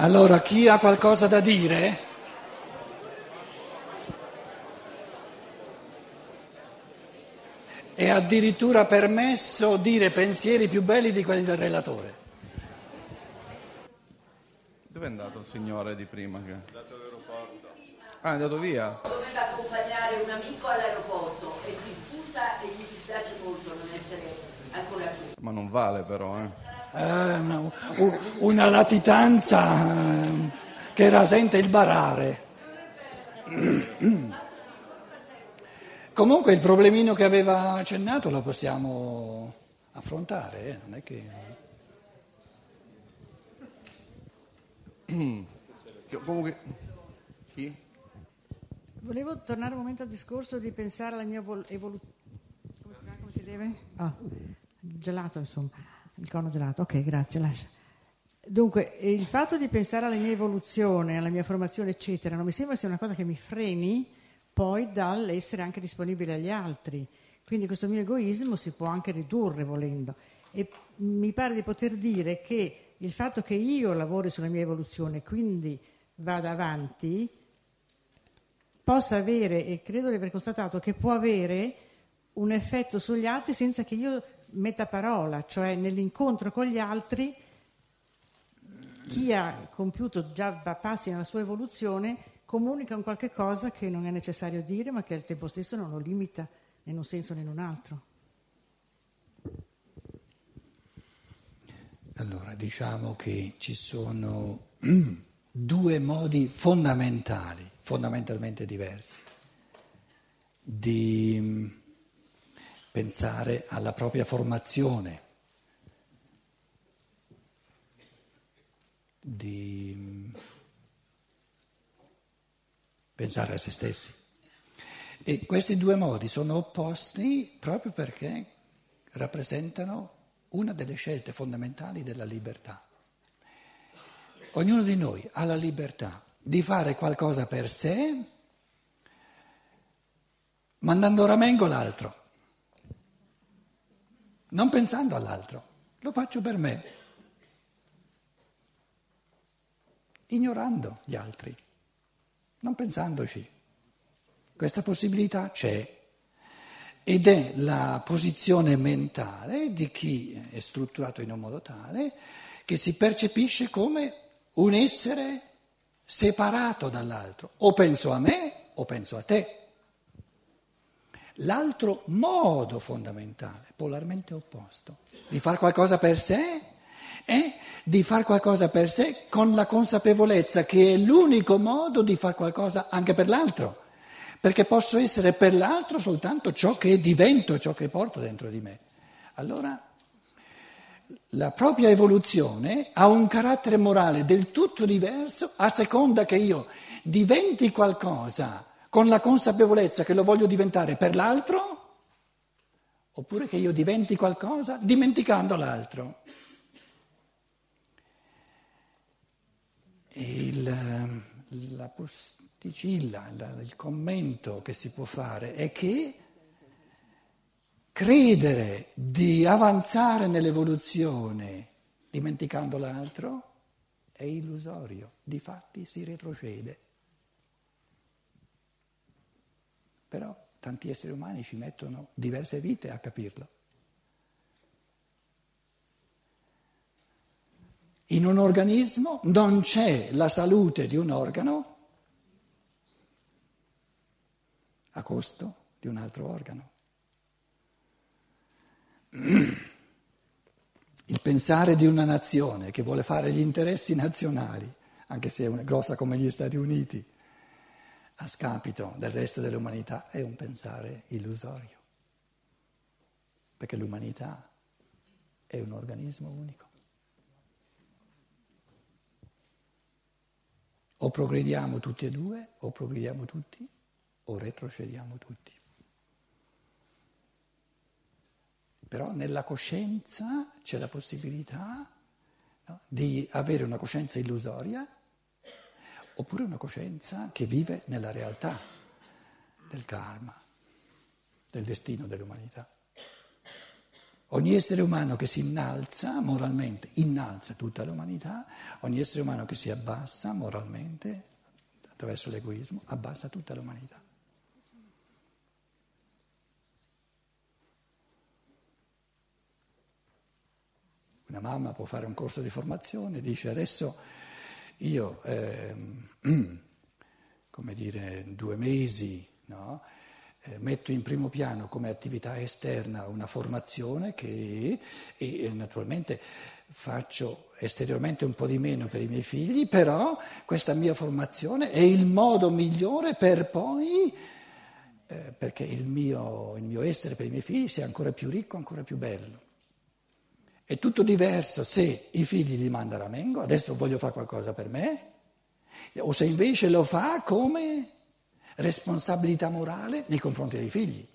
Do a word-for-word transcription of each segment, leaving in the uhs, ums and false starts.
Allora, chi ha qualcosa da dire? È addirittura permesso dire pensieri più belli di quelli del relatore. Dove è andato il signore di prima? Che... È andato all'aeroporto. Ah, è andato via? Doveva accompagnare un amico all'aeroporto e si scusa e gli dispiace molto non essere ancora qui. Ma non vale però, eh. Eh, una, una latitanza eh, che rasenta il barare. Comunque il problemino che aveva accennato lo possiamo affrontare, eh? Non è che... Comunque, chi? Volevo tornare un momento al discorso di pensare alla mia evoluzione. Come si, come si deve? Ah, gelato insomma, il cono gelato, ok, grazie, lascia. Dunque, il fatto di pensare alla mia evoluzione, alla mia formazione, eccetera, non mi sembra sia una cosa che mi freni poi dall'essere anche disponibile agli altri. Quindi questo mio egoismo si può anche ridurre volendo. E mi pare di poter dire che il fatto che io lavori sulla mia evoluzione, quindi vada avanti, possa avere, e credo di aver constatato che può avere un effetto sugli altri senza che io metta parola, cioè nell'incontro con gli altri chi ha compiuto già passi nella sua evoluzione comunica un qualche cosa che non è necessario dire ma che al tempo stesso non lo limita né in un senso né in un altro. Allora, diciamo che ci sono due modi fondamentali, fondamentalmente diversi, di pensare alla propria formazione, di pensare a se stessi. E questi due modi sono opposti proprio perché rappresentano una delle scelte fondamentali della libertà. Ognuno di noi ha la libertà di fare qualcosa per sé, mandando ramengo l'altro, non pensando all'altro, lo faccio per me, ignorando gli altri, non pensandoci. Questa possibilità c'è. Ed è la posizione mentale di chi è strutturato in un modo tale che si percepisce come un essere separato dall'altro. O penso a me o penso a te. L'altro modo fondamentale, polarmente opposto, di fare qualcosa per sé è di fare qualcosa per sé con la consapevolezza che è l'unico modo di fare qualcosa anche per l'altro. Perché posso essere per l'altro soltanto ciò che divento, ciò che porto dentro di me. Allora, la propria evoluzione ha un carattere morale del tutto diverso a seconda che io diventi qualcosa con la consapevolezza che lo voglio diventare per l'altro, oppure che io diventi qualcosa dimenticando l'altro. Il, la poss- Dicilla, il commento che si può fare è che credere di avanzare nell'evoluzione dimenticando l'altro è illusorio, difatti si retrocede. Però tanti esseri umani ci mettono diverse vite a capirlo. In un organismo non c'è la salute di un organo a costo di un altro organo. Il pensare di una nazione che vuole fare gli interessi nazionali, anche se è grossa come gli Stati Uniti, a scapito del resto dell'umanità, è un pensare illusorio, perché l'umanità è un organismo unico. O progrediamo tutti e due, o progrediamo tutti, o retrocediamo tutti. Però nella coscienza c'è la possibilità, no, di avere una coscienza illusoria oppure una coscienza che vive nella realtà del karma, del destino dell'umanità. Ogni essere umano che si innalza moralmente innalza tutta l'umanità, ogni essere umano che si abbassa moralmente attraverso l'egoismo abbassa tutta l'umanità. Una mamma può fare un corso di formazione, dice adesso io, ehm, come dire, due mesi, no? Eh, metto in primo piano come attività esterna una formazione che e, e naturalmente faccio esteriormente un po' di meno per i miei figli, però questa mia formazione è il modo migliore per poi, eh, perché il mio, il mio essere per i miei figli sia ancora più ricco, ancora più bello. È tutto diverso se i figli li manda Ramengo, adesso voglio fare qualcosa per me, o se invece lo fa come responsabilità morale nei confronti dei figli.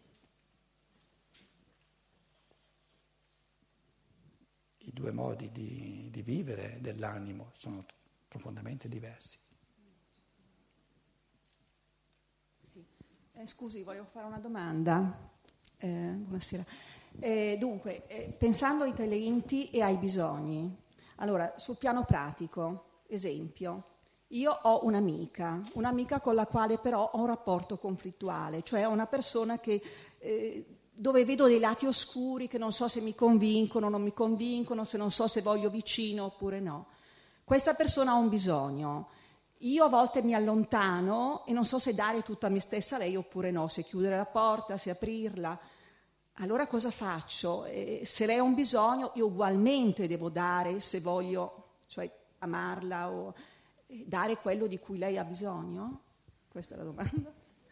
I due modi di, di vivere dell'animo sono profondamente diversi. Sì. Eh, scusi, volevo fare una domanda. Eh, buonasera. Eh, dunque, eh, pensando ai talenti e ai bisogni, allora, sul piano pratico, esempio, io ho un'amica, un'amica con la quale però ho un rapporto conflittuale, cioè una persona che, eh, dove vedo dei lati oscuri che non so se mi convincono, non mi convincono, se non so se voglio vicino oppure no. Questa persona ha un bisogno. Io a volte mi allontano e non so se dare tutta me stessa a lei oppure no, se chiudere la porta, se aprirla. Allora cosa faccio? Eh, se lei ha un bisogno, io ugualmente devo dare, se voglio, cioè amarla o eh, dare quello di cui lei ha bisogno? Questa è la domanda.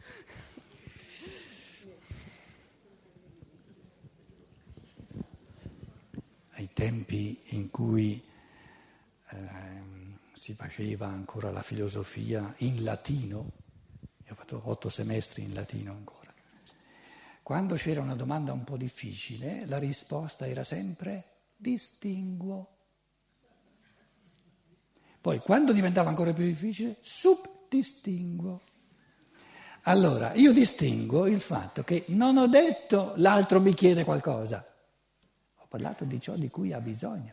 Ai tempi in cui ehm, si faceva ancora la filosofia in latino, io ho fatto otto semestri in latino ancora, quando c'era una domanda un po' difficile, la risposta era sempre distinguo. Poi, quando diventava ancora più difficile, subdistinguo. Allora, io distingo il fatto che non ho detto l'altro mi chiede qualcosa, ho parlato di ciò di cui ha bisogno.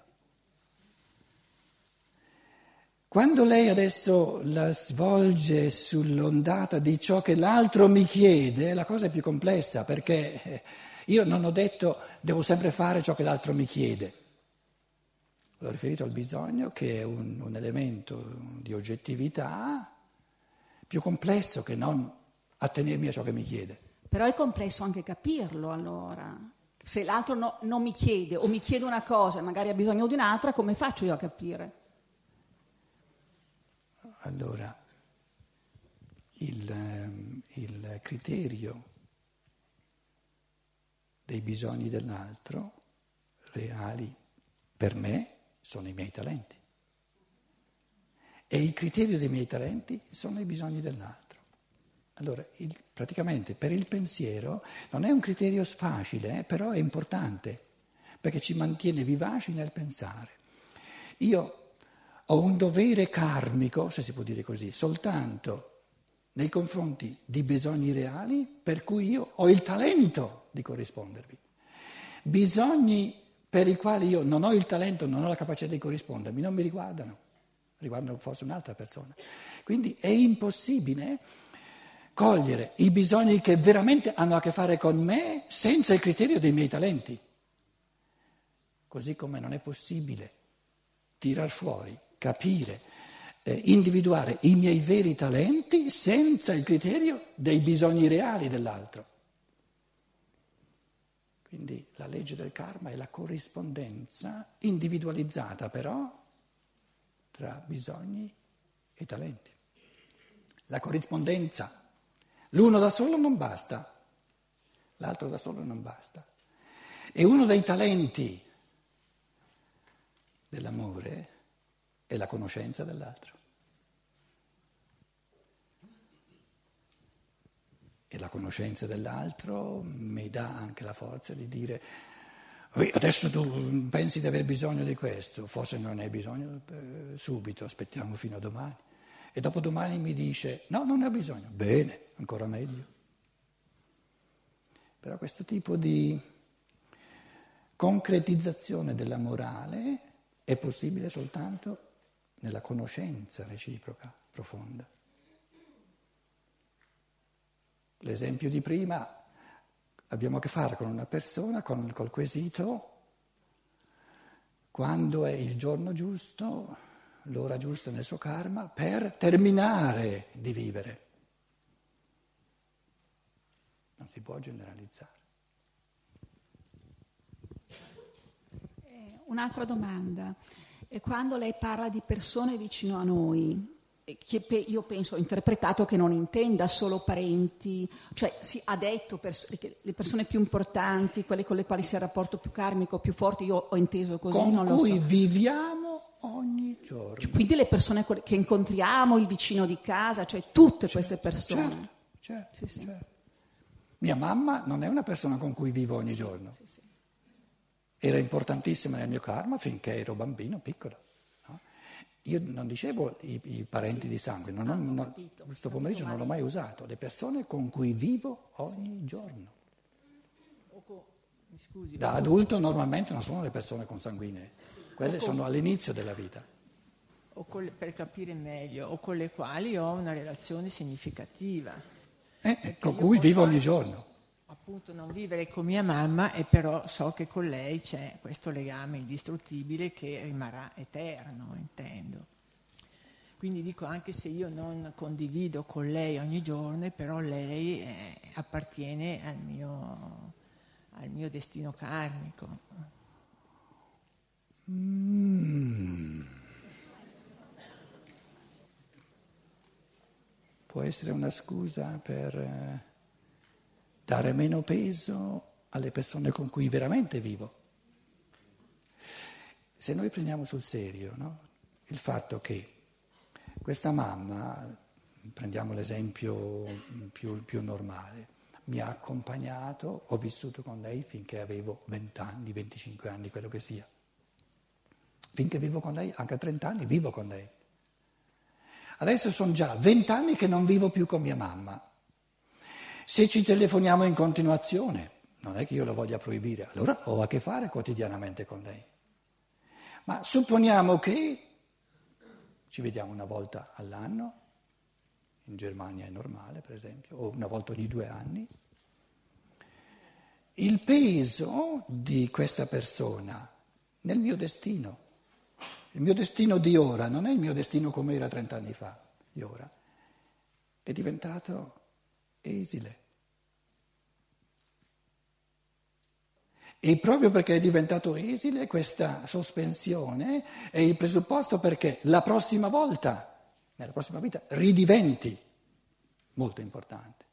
Quando lei adesso la svolge sull'ondata di ciò che l'altro mi chiede, la cosa è più complessa, perché io non ho detto devo sempre fare ciò che l'altro mi chiede. L'ho riferito al bisogno, che è un, un elemento di oggettività più complesso che non attenermi a ciò che mi chiede. Però è complesso anche capirlo, allora. Se l'altro no, non mi chiede o mi chiede una cosa e magari ha bisogno di un'altra, come faccio io a capire? Allora, il, il criterio dei bisogni dell'altro, reali per me, sono i miei talenti. E il criterio dei miei talenti sono i bisogni dell'altro. Allora, il, praticamente per il pensiero non è un criterio facile, eh, però è importante, perché ci mantiene vivaci nel pensare. Io ho un dovere karmico, se si può dire così, soltanto nei confronti di bisogni reali per cui io ho il talento di corrispondervi. Bisogni per i quali io non ho il talento, non ho la capacità di corrispondermi, non mi riguardano, riguardano forse un'altra persona. Quindi è impossibile cogliere i bisogni che veramente hanno a che fare con me senza il criterio dei miei talenti. Così come non è possibile tirar fuori, capire, eh, individuare i miei veri talenti senza il criterio dei bisogni reali dell'altro. Quindi la legge del karma è la corrispondenza individualizzata però tra bisogni e talenti. La corrispondenza, l'uno da solo non basta, l'altro da solo non basta. E uno dei talenti dell'amore è la conoscenza dell'altro. E la conoscenza dell'altro mi dà anche la forza di dire adesso tu pensi di aver bisogno di questo, forse non hai bisogno eh, subito, aspettiamo fino a domani. E dopo domani mi dice no, non ne ho bisogno, bene, ancora meglio. Però questo tipo di concretizzazione della morale è possibile soltanto nella conoscenza reciproca profonda. L'esempio di prima, abbiamo a che fare con una persona con col quesito quando è il giorno giusto, l'ora giusta nel suo karma per terminare di vivere. Non si può generalizzare. Eh, un'altra domanda. E quando lei parla di persone vicino a noi, che pe- io penso, ho interpretato che non intenda solo parenti, cioè si ha detto pers- che le persone più importanti, quelle con le quali si ha il rapporto più karmico, più forte, io ho inteso così, con non lo cui so. viviamo ogni giorno. Quindi le persone che incontriamo, il vicino di casa, cioè tutte Certo, queste persone. Certo, certo, Sì, sì. certo. Mia mamma non è una persona con cui vivo ogni Sì, giorno. sì, sì. Era importantissima nel mio karma finché ero bambino, piccolo. No? Io non dicevo i, i parenti Sì, di sangue, sì, non sì. ho- Ah, ho non- capito, questo ho pomeriggio capito non l'ho male. mai usato, le persone con cui vivo ogni Sì, giorno. O co- mi scusi, Da o co- adulto normalmente non sono le persone consanguinee, quelle sono all'inizio della vita. o con le- per capire meglio, o con le quali ho una relazione significativa. Eh, Perché con io cui posso vivo ogni anche, giorno. appunto, non vivere con mia mamma, e però so che con lei c'è questo legame indistruttibile che rimarrà eterno, intendo. Quindi dico, anche se io non condivido con lei ogni giorno, però lei eh, appartiene al mio, al mio destino karmico. Mm. Può essere una scusa per eh, dare meno peso alle persone con cui veramente vivo. Se noi prendiamo sul serio, no, il fatto che questa mamma, prendiamo l'esempio più, più normale, mi ha accompagnato, ho vissuto con lei finché avevo venti anni, venticinque anni, quello che sia. Finché vivo con lei, anche a trenta anni vivo con lei. Adesso sono già venti anni che non vivo più con mia mamma. Se ci telefoniamo in continuazione, non è che io lo voglia proibire, allora ho a che fare quotidianamente con lei. Ma supponiamo che ci vediamo una volta all'anno, in Germania è normale per esempio, o una volta ogni due anni. Il peso di questa persona nel mio destino, il mio destino di ora non è il mio destino come era trent'anni fa, di ora, è diventato esile. E proprio perché è diventato esile, questa sospensione è il presupposto perché la prossima volta, nella prossima vita, ridiventi molto importante.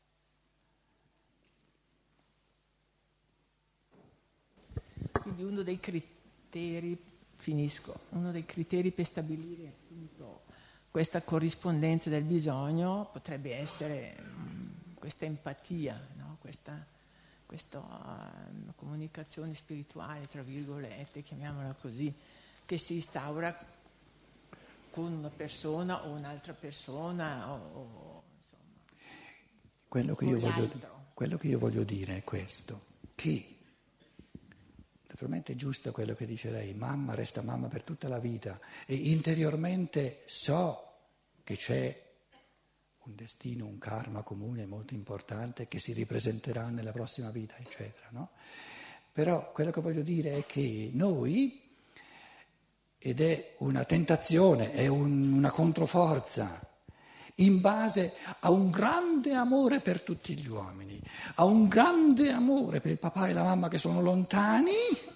Quindi uno dei criteri, finisco, uno dei criteri per stabilire appunto questa corrispondenza del bisogno potrebbe essere mh, questa empatia, no? questa questa uh, comunicazione spirituale, tra virgolette, chiamiamola così, che si instaura con una persona o un'altra persona o, o insomma, Quello che, con io voglio, l'altro. quello che io voglio dire è questo, che naturalmente è giusto quello che dice lei, mamma resta mamma per tutta la vita e interiormente so che c'è un destino, un karma comune molto importante che si ripresenterà nella prossima vita, eccetera, no? Però quello che voglio dire è che noi, ed è una tentazione, è un, una controforza, in base a un grande amore per tutti gli uomini, a un grande amore per il papà e la mamma che sono lontani,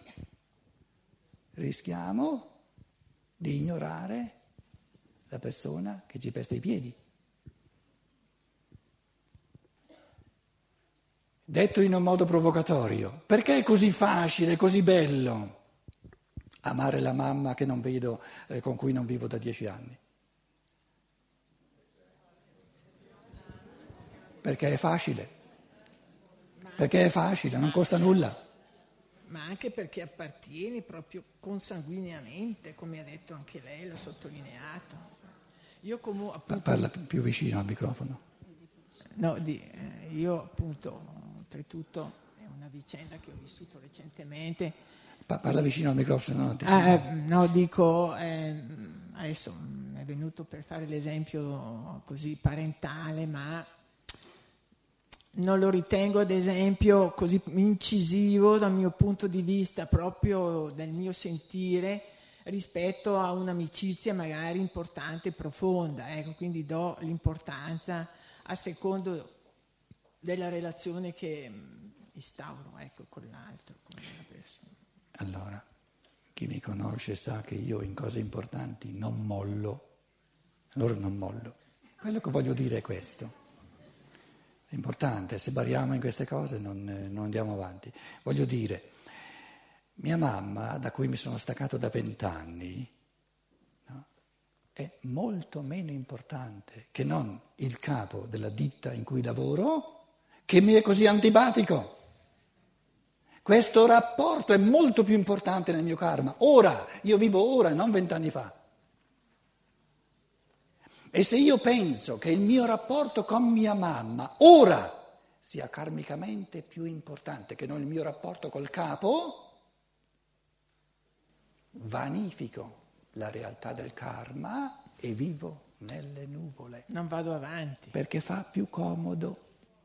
rischiamo di ignorare la persona che ci pesta i piedi. Detto in un modo provocatorio, perché è così facile, così bello amare la mamma che non vedo, eh, con cui non vivo da dieci anni? Perché è facile, perché è facile, non costa nulla. Ma anche perché appartiene proprio consanguineamente, come ha detto anche lei, l'ha sottolineato. Io comunque appunto, Parla più vicino al microfono. no, di, eh, io appunto, oltretutto, è una vicenda che ho vissuto recentemente, Pa- parla vicino al microfono. Non ti Ah, sento. eh, no, dico, eh, adesso mm, è venuto per fare l'esempio così parentale, ma non lo ritengo ad esempio così incisivo dal mio punto di vista, proprio del mio sentire, rispetto a un'amicizia magari importante e profonda. Ecco, quindi do l'importanza a secondo della relazione che mm, instauro, ecco, con l'altro, con la persona. Allora, chi mi conosce sa che io in cose importanti non mollo, allora non mollo. Quello che voglio dire è questo. È importante, se bariamo in queste cose non, eh, non andiamo avanti. Voglio dire, mia mamma, da cui mi sono staccato da vent'anni, no, è molto meno importante che non il capo della ditta in cui lavoro, che mi è così antipatico. Questo rapporto è molto più importante nel mio karma. Ora, io vivo ora, non vent'anni fa. E se io penso che il mio rapporto con mia mamma ora sia karmicamente più importante che non il mio rapporto col capo, vanifico la realtà del karma e vivo nelle nuvole. Non vado avanti. Perché fa più comodo.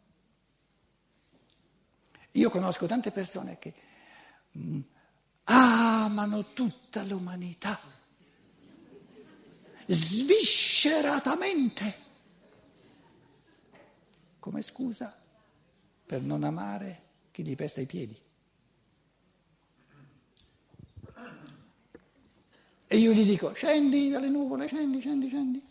Io conosco tante persone che mm, amano tutta l'umanità, svisceratamente, come scusa per non amare chi gli pesta i piedi. E io gli dico, scendi dalle nuvole, scendi, scendi, scendi.